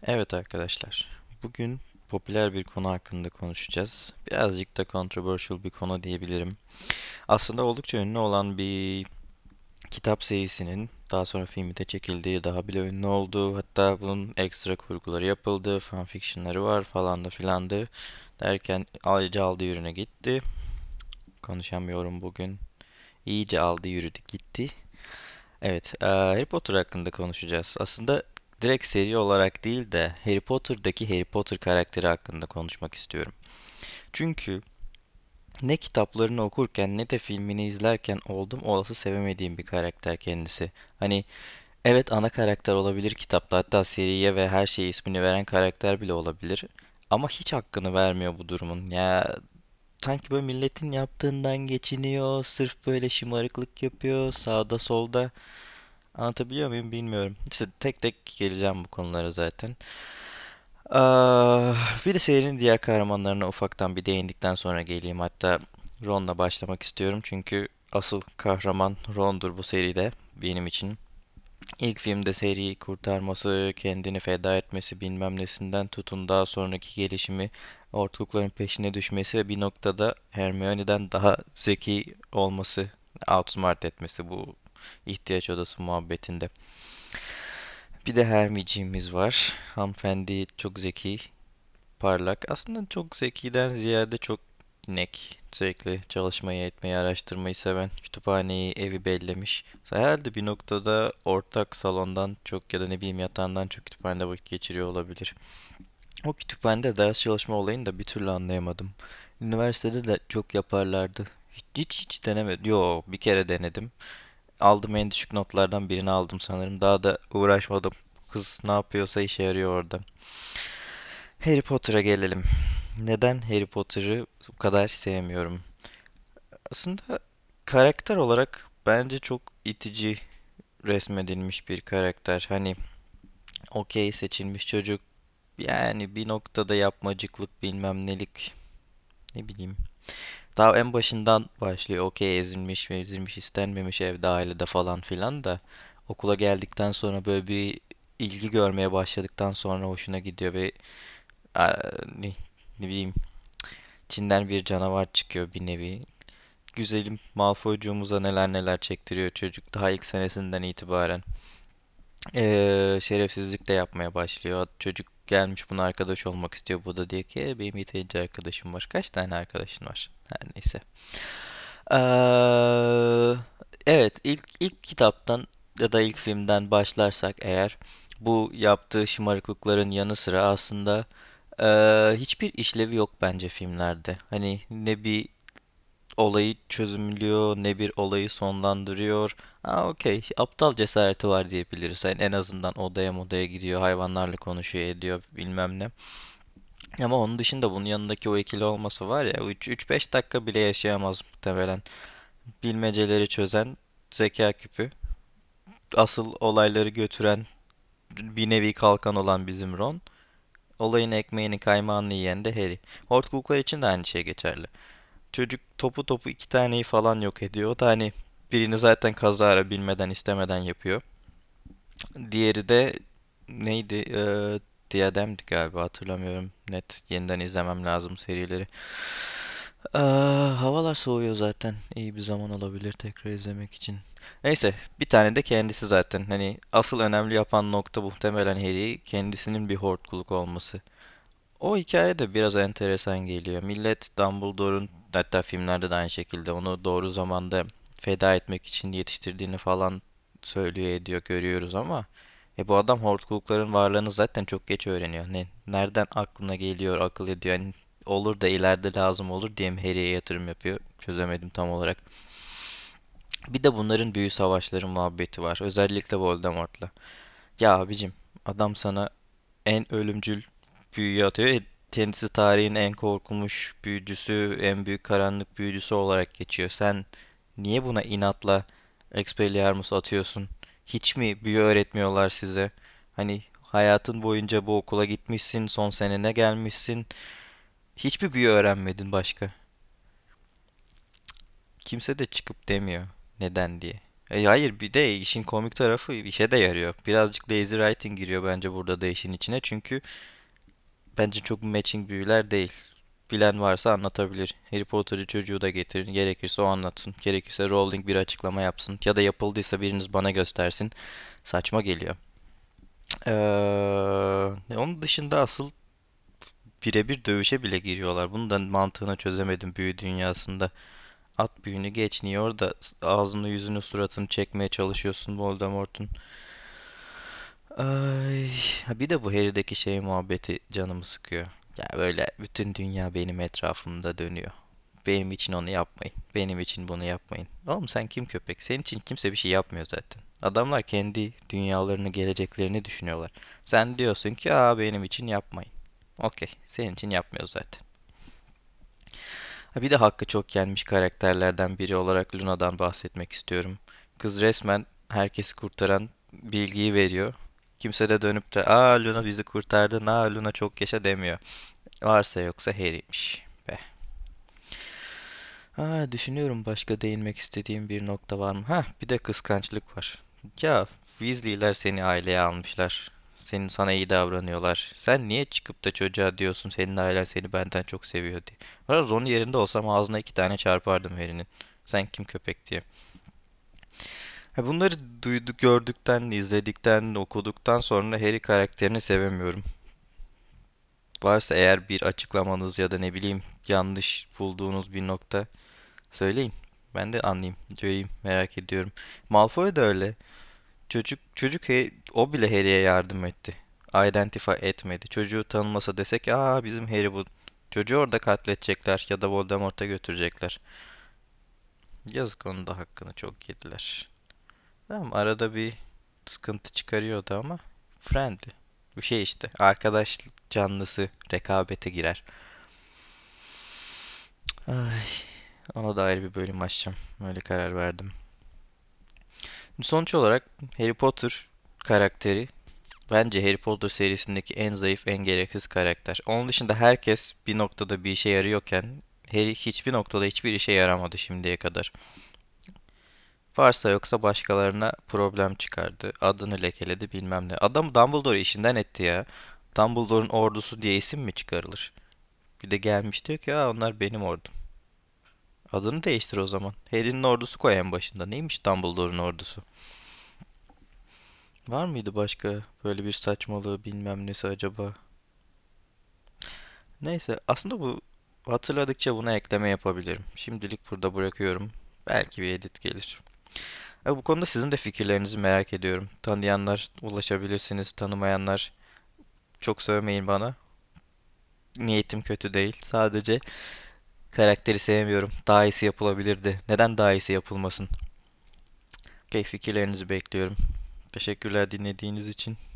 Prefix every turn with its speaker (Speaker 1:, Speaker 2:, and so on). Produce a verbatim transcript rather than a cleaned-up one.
Speaker 1: Evet arkadaşlar, bugün popüler bir konu hakkında konuşacağız. Birazcık da controversial bir konu diyebilirim. Aslında oldukça ünlü olan bir kitap serisinin daha sonra filmi de çekildiği, daha bile ünlü olduğu, hatta bunun ekstra kurguları yapıldı, fanfictionları var falan da filandı derken ayrıca aldı yürüne gitti. Konuşamıyorum bugün. İyice aldı yürüdü gitti. Evet, eee, Harry Potter hakkında konuşacağız. Aslında direkt seri olarak değil de Harry Potter'daki Harry Potter karakteri hakkında konuşmak istiyorum. Çünkü ne kitaplarını okurken ne de filmini izlerken oldum olası sevemediğim bir karakter kendisi. Hani evet ana karakter olabilir kitapta, hatta seriye ve her şeye ismini veren karakter bile olabilir. Ama hiç hakkını vermiyor bu durumun. Ya sanki böyle milletin yaptığından geçiniyor, sırf böyle şımarıklık yapıyor sağda solda. Anlatabiliyor muyum bilmiyorum. İşte tek tek geleceğim bu konulara zaten. Ah, bir de serinin diğer kahramanlarına ufaktan bir değindikten sonra geleyim. Hatta Ron'la başlamak istiyorum. Çünkü asıl kahraman Ron'dur bu seride benim için. İlk filmde seriyi kurtarması, kendini feda etmesi bilmem nesinden tutun daha sonraki gelişimi, ortalıkların peşine düşmesi ve bir noktada Hermione'den daha zeki olması, outsmart etmesi bu ihtiyaç odası muhabbetinde. Bir de Hermiciğimiz var. Hanımefendi çok zeki, parlak. Aslında çok zekiden ziyade çok inek. Sürekli çalışmayı, etmeyi, araştırmayı seven. Kütüphaneyi, evi bellemiş. Herhalde bir noktada ortak salondan çok ya da ne bileyim yatağından çok kütüphanede vakit geçiriyor olabilir. O kütüphanede ders çalışma olayını da bir türlü anlayamadım. Üniversitede de çok yaparlardı. Hiç hiç, hiç denemedim. Yo, bir kere denedim. Aldım en düşük notlardan birini aldım sanırım. Daha da uğraşmadım. Kız ne yapıyorsa işe yarıyor orada. Harry Potter'a gelelim. Neden Harry Potter'ı bu kadar sevmiyorum? Aslında karakter olarak bence çok itici resmedilmiş bir karakter. Hani okey seçilmiş çocuk yani bir noktada yapmacıklık bilmem nelik ne bileyim. Daha en başından başlıyor. Okey ezilmiş ve ezilmiş istenmemiş evde ailede falan filan da okula geldikten sonra böyle bir ilgi görmeye başladıktan sonra hoşuna gidiyor ve aa, ne, ne bileyim Çin'den bir canavar çıkıyor bir nevi. Güzelim Malfoycuğumuza neler neler çektiriyor çocuk daha ilk senesinden itibaren. Ee, şerefsizlik de yapmaya başlıyor. Çocuk gelmiş buna arkadaş olmak istiyor. Bu da diyor ki "E, benim yeterince arkadaşım var. Kaç tane arkadaşın var? Her neyse. Ee, evet ilk ilk kitaptan ya da ilk filmden başlarsak eğer bu yaptığı şımarıklıkların yanı sıra aslında eee, hiçbir işlevi yok bence filmlerde. Hani ne bir olayı çözümlüyor ne bir olayı sonlandırıyor. Ha okey aptal cesareti var diyebiliriz. Yani en azından odaya modaya gidiyor hayvanlarla konuşuyor ediyor bilmem ne. Ama onun dışında bunun yanındaki o ikili olması var ya üç beş dakika bile yaşayamaz muhtemelen. Bilmeceleri çözen zeka küpü. Asıl olayları götüren bir nevi kalkan olan bizim Ron. Olayın ekmeğini kaymağını yiyen de Harry. Hortkuluklar için de aynı şey geçerli. Çocuk topu topu iki taneyi falan yok ediyor. O da hani birini zaten kazara bilmeden istemeden yapıyor. Diğeri de neydi? Ee, Diadem'di galiba hatırlamıyorum. Net yeniden izlemem lazım serileri. Aa, havalar soğuyor zaten. İyi bir zaman olabilir tekrar izlemek için. Neyse, bir tane de kendisi zaten. Hani asıl önemli yapan nokta muhtemelen Harry kendisinin bir hortkuluk olması. O hikaye de biraz enteresan geliyor. Millet Dumbledore'un hatta filmlerde de aynı şekilde onu doğru zamanda feda etmek için yetiştirdiğini falan söylüyor ediyor görüyoruz ama e bu adam hortkulukların varlığını zaten çok geç öğreniyor. Ne nereden aklına geliyor, akıl ediyor. Yani olur da ileride lazım olur diye mi Harry'e yatırım yapıyor? Çözemedim tam olarak. Bir de bunların büyü savaşları muhabbeti var. Özellikle Voldemort'la. Ya abicim adam sana en ölümcül büyüyü atıyor. E, kendisi tarihin en korkulmuş büyücüsü, en büyük karanlık büyücüsü olarak geçiyor. Sen niye buna inatla Expelliarmus atıyorsun? Hiç mi büyü öğretmiyorlar size? Hani hayatın boyunca bu okula gitmişsin, son senene gelmişsin. Hiçbir büyü öğrenmedin başka. Kimse de çıkıp demiyor neden diye. E, hayır, bir de işin komik tarafı işe de yarıyor. Birazcık lazy writing giriyor bence burada da işin içine. Çünkü bence çok matching büyüler değil. Bilen varsa anlatabilir. Harry Potter'ı çocuğu da getirin. Gerekirse o anlatsın. Gerekirse Rowling bir açıklama yapsın. Ya da yapıldıysa biriniz bana göstersin. Saçma geliyor. Ee, onun dışında asıl birebir dövüşe bile giriyorlar. Bunun da mantığını çözemedim büyü dünyasında. At büyünü geç, niye orada ağzını yüzünü suratını çekmeye çalışıyorsun Voldemort'un. Ay, ha bir de bu Harry'deki şey muhabbeti canımı sıkıyor. Ya böyle bütün dünya benim etrafımda dönüyor. Benim için onu yapmayın. Benim için bunu yapmayın. Oğlum sen kim köpek? Senin için kimse bir şey yapmıyor zaten. Adamlar kendi dünyalarını, geleceklerini düşünüyorlar. Sen diyorsun ki aa benim için yapmayın. Okey, senin için yapmıyor zaten. Ha bir de hakkı çok yenmiş karakterlerden biri olarak Luna'dan bahsetmek istiyorum. Kız resmen herkesi kurtaran bilgiyi veriyor. Kimse de dönüp de aa Luna bizi kurtardı, aa Luna çok yaşa demiyor. Varsa yoksa Harry'miş be. Ha, düşünüyorum başka değinmek istediğim bir nokta var mı? Ha, bir de kıskançlık var. Ya Weasley'ler seni aileye almışlar. Senin sana iyi davranıyorlar. Sen niye çıkıp da çocuğa diyorsun senin ailen seni benden çok seviyor diye. Valla Ron yerinde olsam ağzına iki tane çarpardım Harry'nin. Sen kim köpek diye. Ha, bunları duyduk, gördükten, izledikten, okuduktan sonra Harry karakterini sevemiyorum. Varsa eğer bir açıklamanız ya da ne bileyim yanlış bulduğunuz bir nokta söyleyin. Ben de anlayayım, göreyim, merak ediyorum. Malfoy da öyle. Çocuk çocuk he- o bile Harry'e yardım etti. Identify etmedi. Çocuğu tanımasa desek aa bizim Harry bu. Çocuğu orada katledecekler ya da Voldemort'a götürecekler. Yazık, onun da hakkını çok yediler. Tamam, arada bir sıkıntı çıkarıyordu ama friendly. Bu şey işte arkadaş canlısı rekabete girer. Ay, ona da ayrı bir bölüm açacağım. Öyle karar verdim. Sonuç olarak Harry Potter karakteri bence Harry Potter serisindeki en zayıf, en gereksiz karakter. Onun dışında herkes bir noktada bir işe yarıyorken Harry hiçbir noktada hiçbir işe yaramadı şimdiye kadar. Varsa yoksa başkalarına problem çıkardı. Adını lekeledi bilmem ne. Adam Dumbledore işinden etti ya. Dumbledore'un ordusu diye isim mi çıkarılır? Bir de gelmiş diyor ki aa onlar benim ordum. Adını değiştir o zaman. Harry'nin ordusu koy en başında. Neymiş Dumbledore'un ordusu? Var mıydı başka böyle bir saçmalığı bilmem nesi acaba? Neyse aslında bu hatırladıkça buna ekleme yapabilirim. Şimdilik burada bırakıyorum. Belki bir edit gelir. Ha, bu konuda sizin de fikirlerinizi merak ediyorum. Tanıyanlar ulaşabilirsiniz, tanımayanlar çok sövmeyin bana. Niyetim kötü değil. Sadece karakteri sevmiyorum. Daha iyisi yapılabilirdi. Neden daha iyisi yapılmasın? Okey, fikirlerinizi bekliyorum. Teşekkürler dinlediğiniz için.